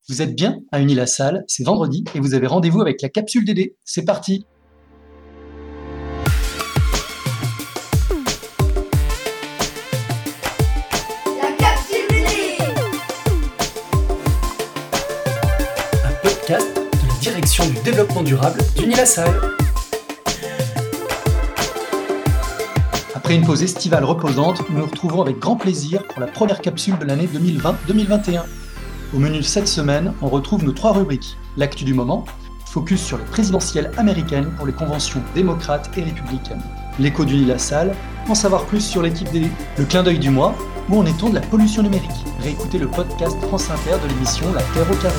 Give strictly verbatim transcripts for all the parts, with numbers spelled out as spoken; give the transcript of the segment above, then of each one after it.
Vous êtes bien à Uni-la-Salle, c'est vendredi et vous avez rendez-vous avec la capsule D D. C'est parti! La capsule D D! Un podcast de la direction du développement durable d'Uni-la-Salle. Après une pause estivale reposante, nous nous retrouvons avec grand plaisir pour la première capsule de l'année deux mille vingt deux mille vingt et un. Au menu de cette semaine, on retrouve nos trois rubriques. L'actu du moment, focus sur les présidentielles américaines pour les conventions démocrates et républicaines. L'écho d'Uni-la-Salle, en savoir plus sur l'équipe D D. Le clin d'œil du mois, où en est-on de la pollution numérique? Réécoutez le podcast France Inter de l'émission La Terre au carré.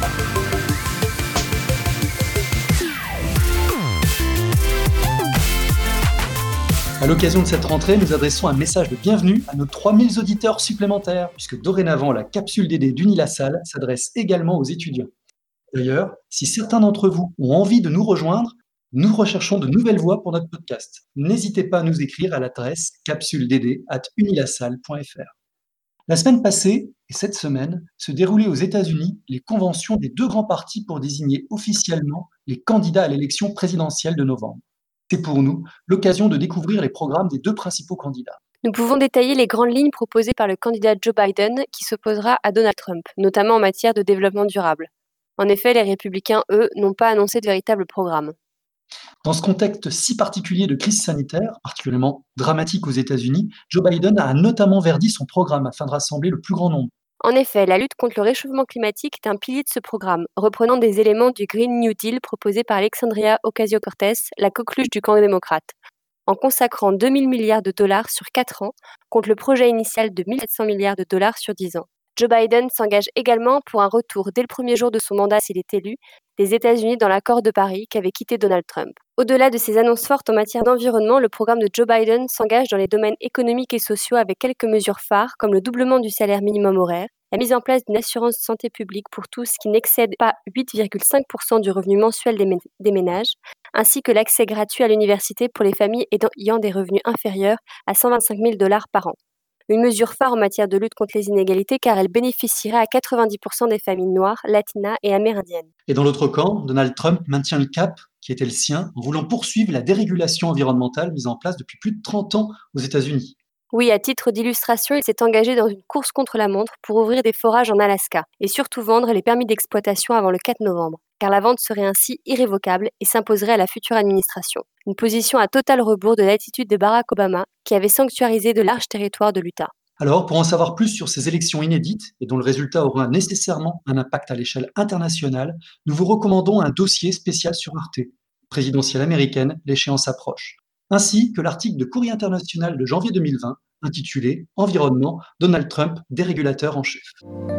À l'occasion de cette rentrée, nous adressons un message de bienvenue à nos trois mille auditeurs supplémentaires, puisque dorénavant, la capsule D D d'Uni-la-Salle s'adresse également aux étudiants. D'ailleurs, si certains d'entre vous ont envie de nous rejoindre, nous recherchons de nouvelles voix pour notre podcast. N'hésitez pas à nous écrire à l'adresse capsuleddd arobase unilasalle point fr. La semaine passée et cette semaine se déroulaient aux États-Unis les conventions des deux grands partis pour désigner officiellement les candidats à l'élection présidentielle de novembre. C'est pour nous l'occasion de découvrir les programmes des deux principaux candidats. Nous pouvons détailler les grandes lignes proposées par le candidat Joe Biden qui s'opposera à Donald Trump, notamment en matière de développement durable. En effet, les républicains, eux, n'ont pas annoncé de véritable programme. Dans ce contexte si particulier de crise sanitaire, particulièrement dramatique aux États-Unis, Joe Biden a notamment verdi son programme afin de rassembler le plus grand nombre. En effet, la lutte contre le réchauffement climatique est un pilier de ce programme, reprenant des éléments du Green New Deal proposé par Alexandria Ocasio-Cortez, la coqueluche du camp démocrate, en consacrant deux mille milliards de dollars sur quatre ans contre le projet initial de mille sept cents milliards de dollars sur dix ans. Joe Biden s'engage également pour un retour dès le premier jour de son mandat s'il est élu, des États-Unis dans l'accord de Paris qu'avait quitté Donald Trump. Au-delà de ces annonces fortes en matière d'environnement, le programme de Joe Biden s'engage dans les domaines économiques et sociaux avec quelques mesures phares comme le doublement du salaire minimum horaire, la mise en place d'une assurance santé publique pour tous qui n'excède pas huit virgule cinq pour cent du revenu mensuel des, mé- des ménages, ainsi que l'accès gratuit à l'université pour les familles ayant des revenus inférieurs à cent vingt-cinq mille dollars par an. Une mesure phare en matière de lutte contre les inégalités car elle bénéficierait à quatre-vingt-dix pour cent des familles noires, latinas et amérindiennes. Et dans l'autre camp, Donald Trump maintient le cap qui était le sien en voulant poursuivre la dérégulation environnementale mise en place depuis plus de trente ans aux États-Unis. Oui, à titre d'illustration, il s'est engagé dans une course contre la montre pour ouvrir des forages en Alaska et surtout vendre les permis d'exploitation avant le quatre novembre, car la vente serait ainsi irrévocable et s'imposerait à la future administration. Une position à total rebours de l'attitude de Barack Obama, qui avait sanctuarisé de larges territoires de l'Utah. Alors, pour en savoir plus sur ces élections inédites et dont le résultat aura nécessairement un impact à l'échelle internationale, nous vous recommandons un dossier spécial sur Arte, présidentielle américaine, l'échéance approche, ainsi que l'article de Courrier international de janvier deux mille vingt intitulé « Environnement, Donald Trump, dérégulateur en chef ».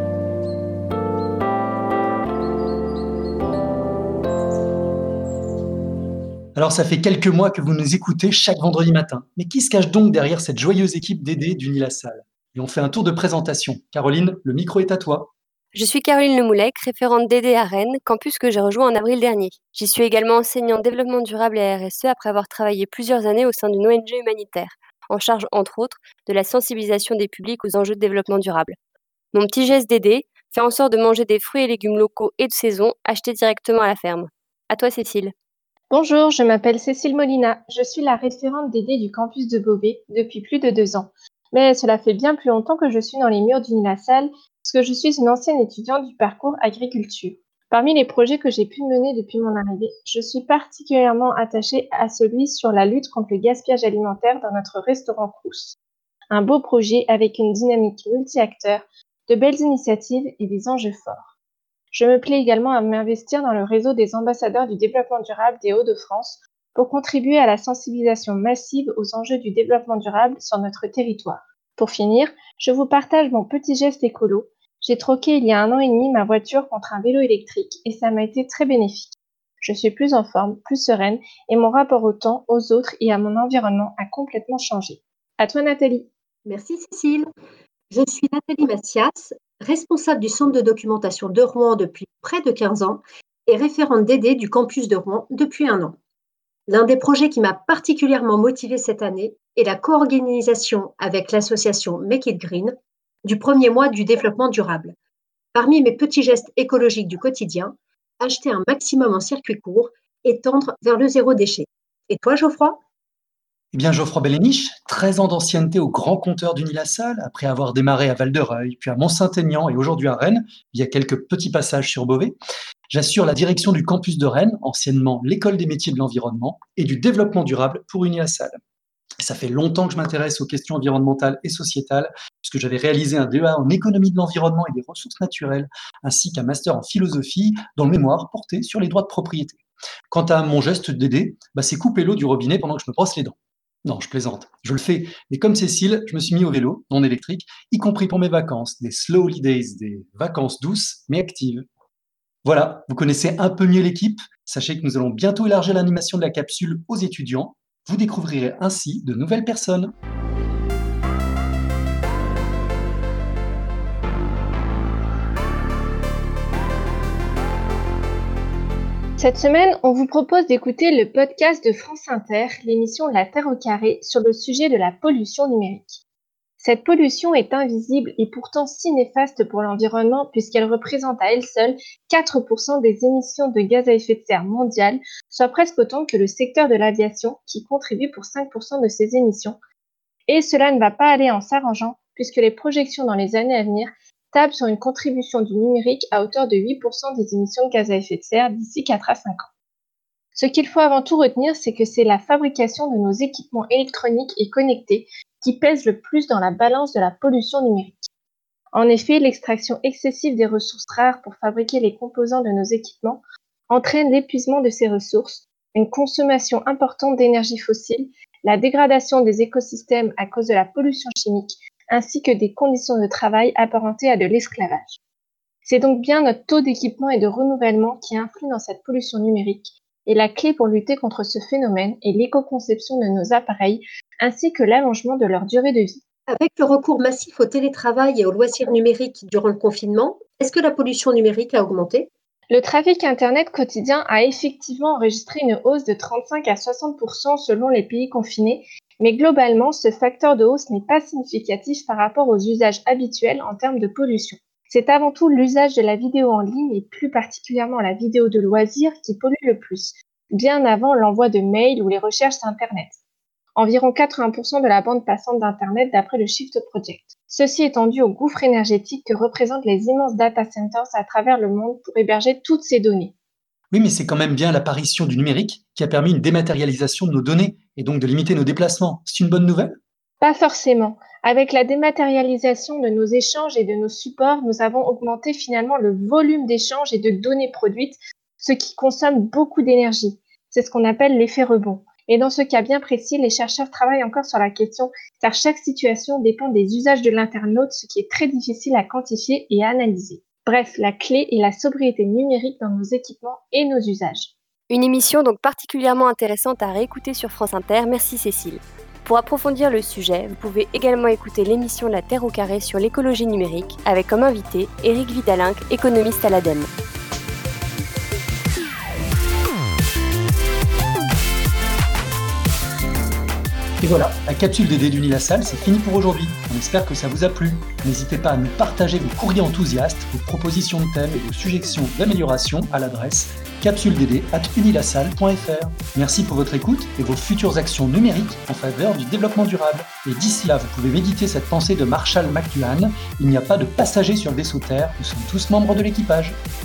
Alors ça fait quelques mois que vous nous écoutez chaque vendredi matin. Mais qui se cache donc derrière cette joyeuse équipe D D d'Uni-la-Salle? Et on fait un tour de présentation. Caroline, le micro est à toi. Je suis Caroline Lemoulec, référente D D à Rennes, campus que j'ai rejoint en avril dernier. J'y suis également enseignante développement durable et R S E après avoir travaillé plusieurs années au sein d'une O N G humanitaire, en charge entre autres de la sensibilisation des publics aux enjeux de développement durable. Mon petit geste D D, faire en sorte de manger des fruits et légumes locaux et de saison achetés directement à la ferme. À toi Cécile. Bonjour, je m'appelle Cécile Molina. Je suis la référente D D du campus de Beauvais depuis plus de deux ans. Mais cela fait bien plus longtemps que je suis dans les murs d'Uni-la-Salle, parce que je suis une ancienne étudiante du parcours agriculture. Parmi les projets que j'ai pu mener depuis mon arrivée, je suis particulièrement attachée à celui sur la lutte contre le gaspillage alimentaire dans notre restaurant Crous. Un beau projet avec une dynamique multi-acteurs, de belles initiatives et des enjeux forts. Je me plais également à m'investir dans le réseau des ambassadeurs du développement durable des Hauts-de-France pour contribuer à la sensibilisation massive aux enjeux du développement durable sur notre territoire. Pour finir, je vous partage mon petit geste écolo. J'ai troqué il y a un an et demi ma voiture contre un vélo électrique et ça m'a été très bénéfique. Je suis plus en forme, plus sereine et mon rapport au temps, aux autres et à mon environnement a complètement changé. À toi Nathalie. Merci Cécile. Je suis Nathalie Mathias, responsable du centre de documentation de Rouen depuis près de quinze ans et référente D D du campus de Rouen depuis un an. L'un des projets qui m'a particulièrement motivée cette année est la co-organisation avec l'association Make It Green du premier mois du développement durable. Parmi mes petits gestes écologiques du quotidien, acheter un maximum en circuit court et tendre vers le zéro déchet. Et toi, Geoffroy? Eh bien, Geoffroy Belléniche, treize ans d'ancienneté au grand compteur d'Uni-la-Salle, après avoir démarré à Val-de-Reuil, puis à Mont-Saint-Aignan et aujourd'hui à Rennes, via quelques petits passages sur Beauvais. J'assure la direction du campus de Rennes, anciennement l'école des métiers de l'environnement, et du développement durable pour Uni-la-Salle. Ça fait longtemps que je m'intéresse aux questions environnementales et sociétales, puisque j'avais réalisé un D E A en économie de l'environnement et des ressources naturelles, ainsi qu'un master en philosophie, dont le mémoire portait sur les droits de propriété. Quant à mon geste d'aider, bah c'est couper l'eau du robinet pendant que je me brosse les dents. Non, je plaisante, je le fais. Mais comme Cécile, je me suis mis au vélo, non électrique, y compris pour mes vacances, des slow holidays, des vacances douces mais actives. Voilà, vous connaissez un peu mieux l'équipe. Sachez que nous allons bientôt élargir l'animation de la capsule aux étudiants. Vous découvrirez ainsi de nouvelles personnes. Cette semaine, on vous propose d'écouter le podcast de France Inter, l'émission La Terre au carré, sur le sujet de la pollution numérique. Cette pollution est invisible et pourtant si néfaste pour l'environnement puisqu'elle représente à elle seule quatre pour cent des émissions de gaz à effet de serre mondiales, soit presque autant que le secteur de l'aviation qui contribue pour cinq pour cent de ces émissions. Et cela ne va pas aller en s'arrangeant puisque les projections dans les années à venir tablent sur une contribution du numérique à hauteur de huit pour cent des émissions de gaz à effet de serre d'ici quatre à cinq ans. Ce qu'il faut avant tout retenir, c'est que c'est la fabrication de nos équipements électroniques et connectés qui pèse le plus dans la balance de la pollution numérique. En effet, l'extraction excessive des ressources rares pour fabriquer les composants de nos équipements entraîne l'épuisement de ces ressources, une consommation importante d'énergie fossile, la dégradation des écosystèmes à cause de la pollution chimique, ainsi que des conditions de travail apparentées à de l'esclavage. C'est donc bien notre taux d'équipement et de renouvellement qui influe dans cette pollution numérique, et la clé pour lutter contre ce phénomène est l'éco-conception de nos appareils, ainsi que l'allongement de leur durée de vie. Avec le recours massif au télétravail et aux loisirs numériques durant le confinement, est-ce que la pollution numérique a augmenté? Le trafic Internet quotidien a effectivement enregistré une hausse de trente-cinq à soixante pour cent selon les pays confinés, mais globalement, ce facteur de hausse n'est pas significatif par rapport aux usages habituels en termes de pollution. C'est avant tout l'usage de la vidéo en ligne et plus particulièrement la vidéo de loisirs qui pollue le plus, bien avant l'envoi de mails ou les recherches Internet. Environ quatre-vingts pour cent de la bande passante d'Internet d'après le Shift Project. Ceci étant dû au gouffre énergétique que représentent les immenses data centers à travers le monde pour héberger toutes ces données. Oui, mais c'est quand même bien l'apparition du numérique qui a permis une dématérialisation de nos données et donc de limiter nos déplacements. C'est une bonne nouvelle? Pas forcément. Avec la dématérialisation de nos échanges et de nos supports, nous avons augmenté finalement le volume d'échanges et de données produites, ce qui consomme beaucoup d'énergie. C'est ce qu'on appelle l'effet rebond. Et dans ce cas bien précis, les chercheurs travaillent encore sur la question, car chaque situation dépend des usages de l'internaute, ce qui est très difficile à quantifier et à analyser. Bref, la clé est la sobriété numérique dans nos équipements et nos usages. Une émission donc particulièrement intéressante à réécouter sur France Inter. Merci Cécile. Pour approfondir le sujet, vous pouvez également écouter l'émission La Terre au carré sur l'écologie numérique avec comme invité Éric Vidalinck, économiste à l'ADEME. Et voilà, la capsule D D d'Uni-la-Salle, c'est fini pour aujourd'hui. On espère que ça vous a plu. N'hésitez pas à nous partager vos courriers enthousiastes, vos propositions de thèmes et vos suggestions d'amélioration à l'adresse capsule d d arobase unilasalle point f r. Merci pour votre écoute et vos futures actions numériques en faveur du développement durable. Et d'ici là, vous pouvez méditer cette pensée de Marshall McLuhan. Il n'y a pas de passagers sur le vaisseau Terre, nous sommes tous membres de l'équipage.